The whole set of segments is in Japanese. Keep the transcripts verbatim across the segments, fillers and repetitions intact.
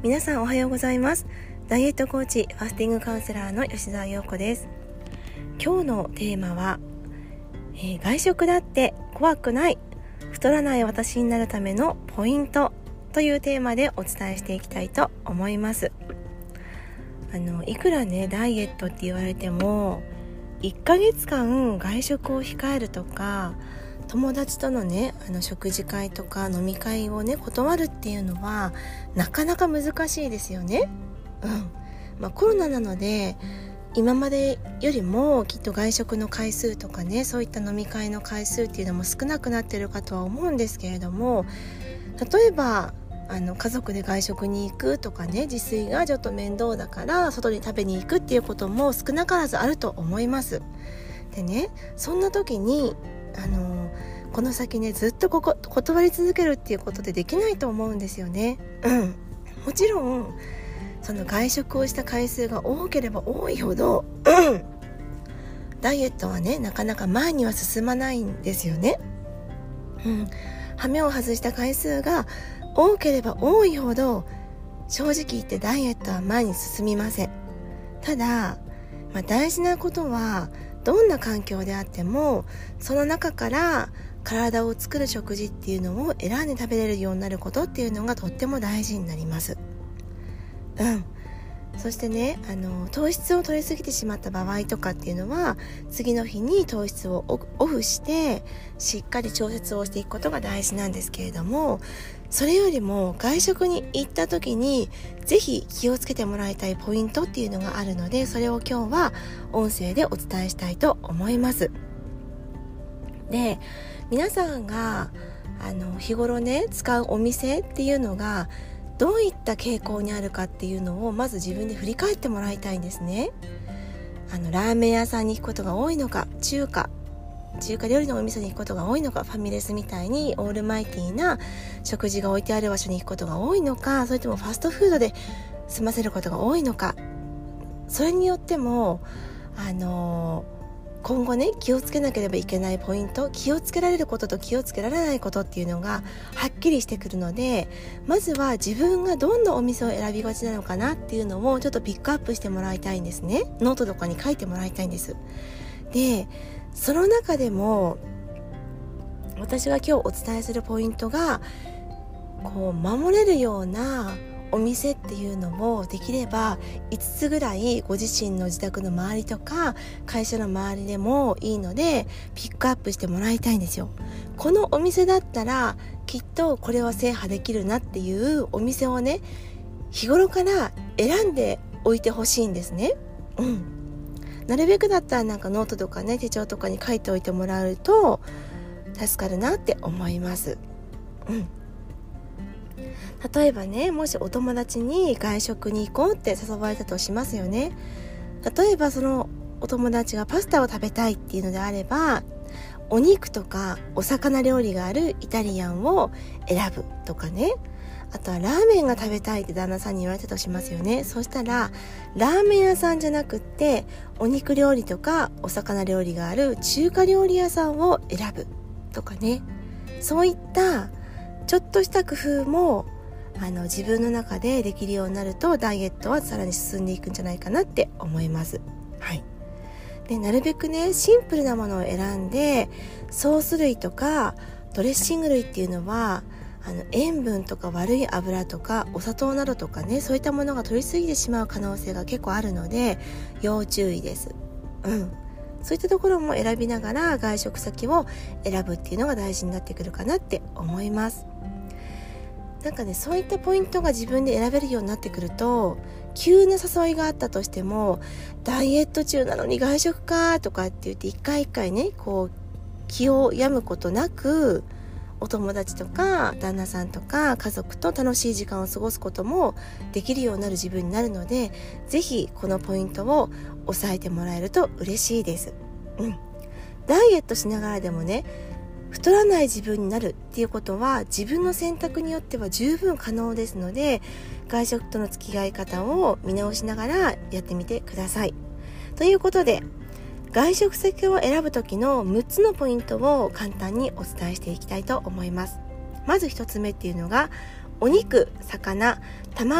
皆さんおはようございます。ダイエットコーチ、ファスティングカウンセラーの吉澤陽子です。今日のテーマは、えー、外食だって怖くない、太らない私になるためのポイントというテーマでお伝えしていきたいと思います。あのいくらねダイエットって言われてもいっかげつかん外食を控えるとか、友達とのねあの食事会とか飲み会をね断るっていうのはなかなか難しいですよね。うんまあ、コロナなので今までよりもきっと外食の回数とかね、そういった飲み会の回数っていうのも少なくなってるかとは思うんですけれども、例えばあの家族で外食に行くとかね、自炊がちょっと面倒だから外に食べに行くっていうことも少なからずあると思います。でね、そんな時にあのこの先ねずっとここ断り続けるっていうことでできないと思うんですよね。うんもちろんその外食をした回数が多ければ多いほど、うん、ダイエットはねなかなか前には進まないんですよね。うん、羽目を外した回数が多ければ多いほど正直言ってダイエットは前に進みません。ただ、まあ、大事なことはどんな環境であってもその中から体を作る食事っていうのを選んで食べれるようになることっていうのがとっても大事になります。うんそしてねあの糖質を取りすぎてしまった場合とかっていうのは次の日に糖質をオフしてしっかり調節をしていくことが大事なんですけれども、それよりも外食に行った時にぜひ気をつけてもらいたいポイントっていうのがあるので、それを今日は音声でお伝えしたいと思います。で、皆さんがあの日頃ね使うお店っていうのがどういった傾向にあるかっていうのをまず自分で振り返ってもらいたいんですね。あのラーメン屋さんに行くことが多いのか、中華中華料理のお店に行くことが多いのか、ファミレスみたいにオールマイティーな食事が置いてある場所に行くことが多いのか、それともファストフードで済ませることが多いのか、それによってもあのー今後ね気をつけなければいけないポイント、気をつけられることと気をつけられないことっていうのがはっきりしてくるので、まずは自分がどんなお店を選びがちなのかなっていうのをちょっとピックアップしてもらいたいんですね。ノートとかに書いてもらいたいんです。で、その中でも私が今日お伝えするポイントがこう守れるようなお店っていうのをできればいつつぐらいご自身の自宅の周りとか会社の周りでもいいのでピックアップしてもらいたいんですよ。このお店だったらきっとこれは制覇できるなっていうお店をね日頃から選んでおいてほしいんですね。うんなるべくだったらなんかノートとかね手帳とかに書いておいてもらうと助かるなって思います。うん例えばね、もしお友達に外食に行こうって誘われたとしますよね。例えばそのお友達がパスタを食べたいっていうのであれば、お肉とかお魚料理があるイタリアンを選ぶとかね、あとはラーメンが食べたいって旦那さんに言われたとしますよね。そしたらラーメン屋さんじゃなくってお肉料理とかお魚料理がある中華料理屋さんを選ぶとかね、そういったちょっとした工夫もあの自分の中でできるようになるとダイエットはさらに進んでいくんじゃないかなって思います。はい。で、なるべくねシンプルなものを選んで、ソース類とかドレッシング類っていうのはあの塩分とか悪い油とかお砂糖などとかね、そういったものが取りすぎてしまう可能性が結構あるので要注意です。うんそういったところも選びながら外食先を選ぶっていうのが大事になってくるかなって思います。なんかねそういったポイントが自分で選べるようになってくると、急な誘いがあったとしてもダイエット中なのに外食かとかって言って一回一回ねこう気を病むことなくお友達とか旦那さんとか家族と楽しい時間を過ごすこともできるようになる自分になるので、ぜひこのポイントを押さえてもらえると嬉しいです。うん、ダイエットしながらでもね太らない自分になるっていうことは自分の選択によっては十分可能ですので、外食との付き合い方を見直しながらやってみてください。ということで外食先を選ぶ時のむっつのポイントを簡単にお伝えしていきたいと思います。まずひとつめっていうのがお肉、魚、卵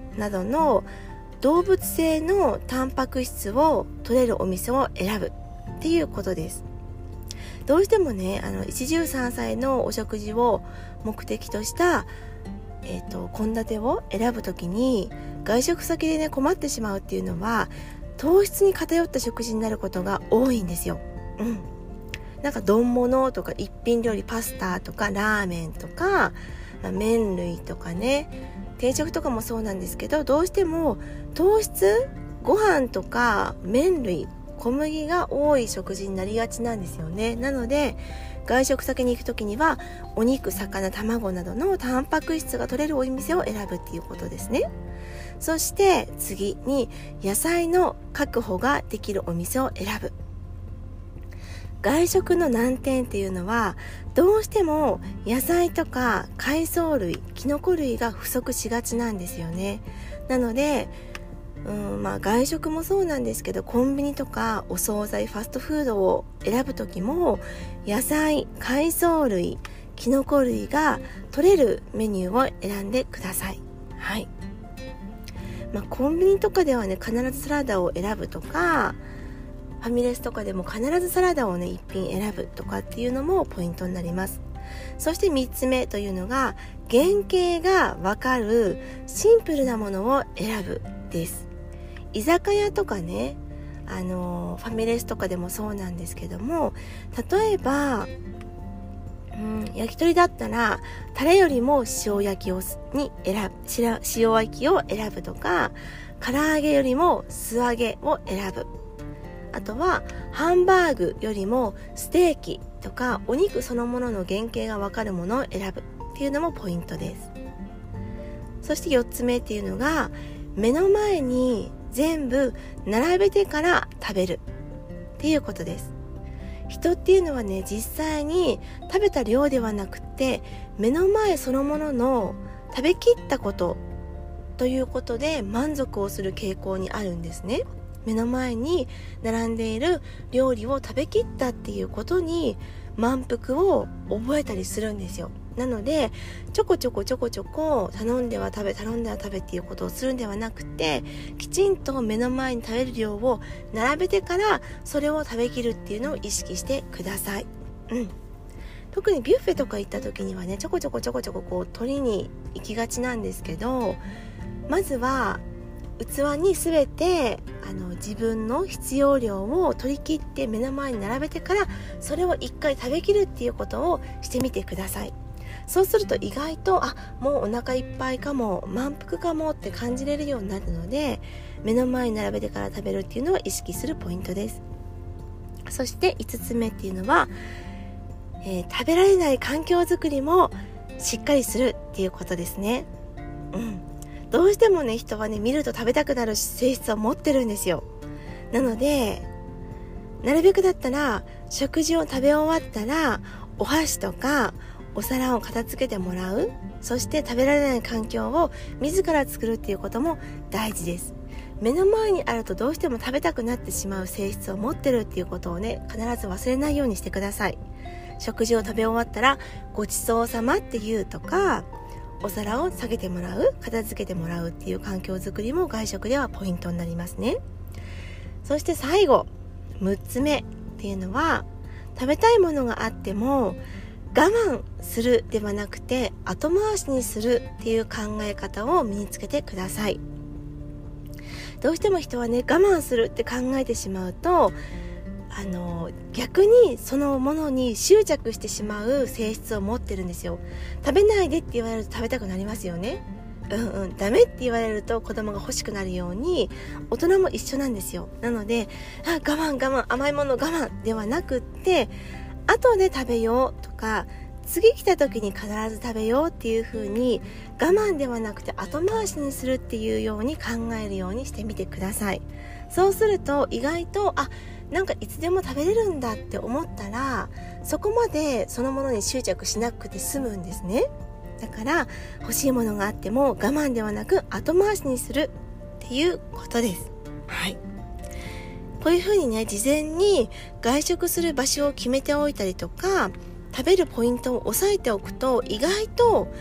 などの動物性のタンパク質を摂れるお店を選ぶっていうことです。どうしてもね、あの一汁三菜のお食事を目的としたえーと、献立を選ぶときに外食先でね困ってしまうっていうのは、糖質に偏った食事になることが多いんですよ。うん、なんか丼物とか一品料理、パスタとかラーメンとか、まあ、麺類とかね、定食とかもそうなんですけど、どうしても糖質、ご飯とか麺類、小麦が多い食事になりがちなんですよね。なので外食先に行くときにはお肉、魚、卵などのタンパク質が取れるお店を選ぶっていうことですね。そして次に野菜の確保ができるお店を選ぶ。外食の難点っていうのは、どうしても野菜とか海藻類、キノコ類が不足しがちなんですよね。なのでうんまあ、外食もそうなんですけど、コンビニとかお惣菜、ファストフードを選ぶときも野菜、海藻類、キノコ類が取れるメニューを選んでください。はい、まあ、コンビニとかではね必ずサラダを選ぶとか、ファミレスとかでも必ずサラダをね一品選ぶとかっていうのもポイントになります。そしてみっつめというのが、原型がわかるシンプルなものを選ぶです。居酒屋とかね、あのファミレスとかでもそうなんですけども、例えば、うん、焼き鳥だったらタレよりも塩焼きをに選ぶ塩焼きを選ぶとか、唐揚げよりも素揚げを選ぶ、あとはハンバーグよりもステーキとかお肉そのものの原型がわかるものを選ぶっていうのもポイントです。そしてよっつめっていうのが、目の前に全部並べてから食べるっていうことです。人っていうのはね、実際に食べた量ではなくて、目の前そのものの食べきったことということで満足をする傾向にあるんですね。目の前に並んでいる料理を食べきったっていうことに満腹を覚えたりするんですよ。なのでちょこちょこちょこちょこ頼んでは食べ頼んでは食べっていうことをするんではなくて、きちんと目の前に食べる量を並べてからそれを食べきるっていうのを意識してください。うん、特にビュッフェとか行った時にはね、ちょこちょこちょこちょここう取りに行きがちなんですけど、まずは器にすべてあの自分の必要量を取り切って目の前に並べてから、それを一回食べきるっていうことをしてみてください。そうすると意外とあもうお腹いっぱいかも、満腹かもって感じれるようになるので、目の前に並べてから食べるっていうのを意識するポイントです。そしていつつめっていうのは、えー、食べられない環境づくりもしっかりするっていうことですね。うん、どうしてもね、人はね見ると食べたくなる性質を持ってるんですよ。なのでなるべくだったら食事を食べ終わったらお箸とかお皿を片付けてもらう、そして食べられない環境を自ら作るっていうことも大事です。目の前にあるとどうしても食べたくなってしまう性質を持ってるっていうことをね、必ず忘れないようにしてください。食事を食べ終わったらごちそうさまって言うとか、お皿を下げてもらう、片付けてもらうっていう環境づくりも外食ではポイントになりますね。そして最後むっつめっていうのは、食べたいものがあっても我慢するではなくて後回しにするっていう考え方を身につけてください。どうしても人はね、我慢するって考えてしまうと、あの逆にそのものに執着してしまう性質を持ってるんですよ。食べないでって言われると食べたくなりますよね。うんうん、ダメって言われると子供が欲しくなるように大人も一緒なんですよ。なのであ我慢我慢、甘いもの我慢ではなくって、後で食べようとか、次来た時に必ず食べようっていう風に我慢ではなくて後回しにするっていうように考えるようにしてみてください。そうすると意外とあなんかいつでも食べれるんだって思ったら、そこまでそのものに執着しなくて済むんですね。だから欲しいものがあっても我慢ではなく後回しにするっていうことです。はい、こういうふうにね、事前に外食する場所を決めておいたりとか、食べるポイントを押さえておくと意外と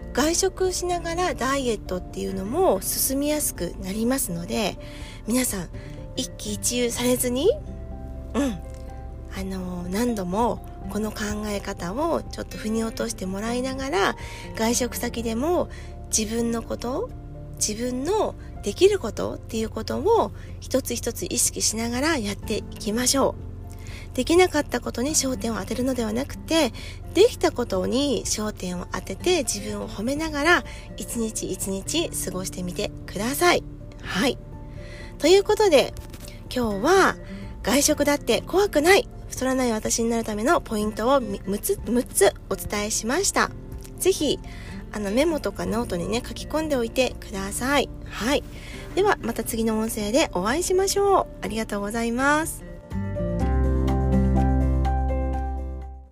外食しながらダイエットっていうのも進みやすくなりますので、皆さん一喜一憂されずに、うんあの何度もこの考え方をちょっと腑に落としてもらいながら、外食先でも自分のこと自分のできることっていうことを一つ一つ意識しながらやっていきましょう。できなかったことに焦点を当てるのではなくて、できたことに焦点を当てて自分を褒めながら一日一日過ごしてみてください。はい。ということで、今日は外食だって怖くない、太らない私になるためのポイントをむっつ、むっつお伝えしました。ぜひあのメモとかノートにね書き込んでおいてください。はい。ではまた次の音声でお会いしましょう。ありがとうございます。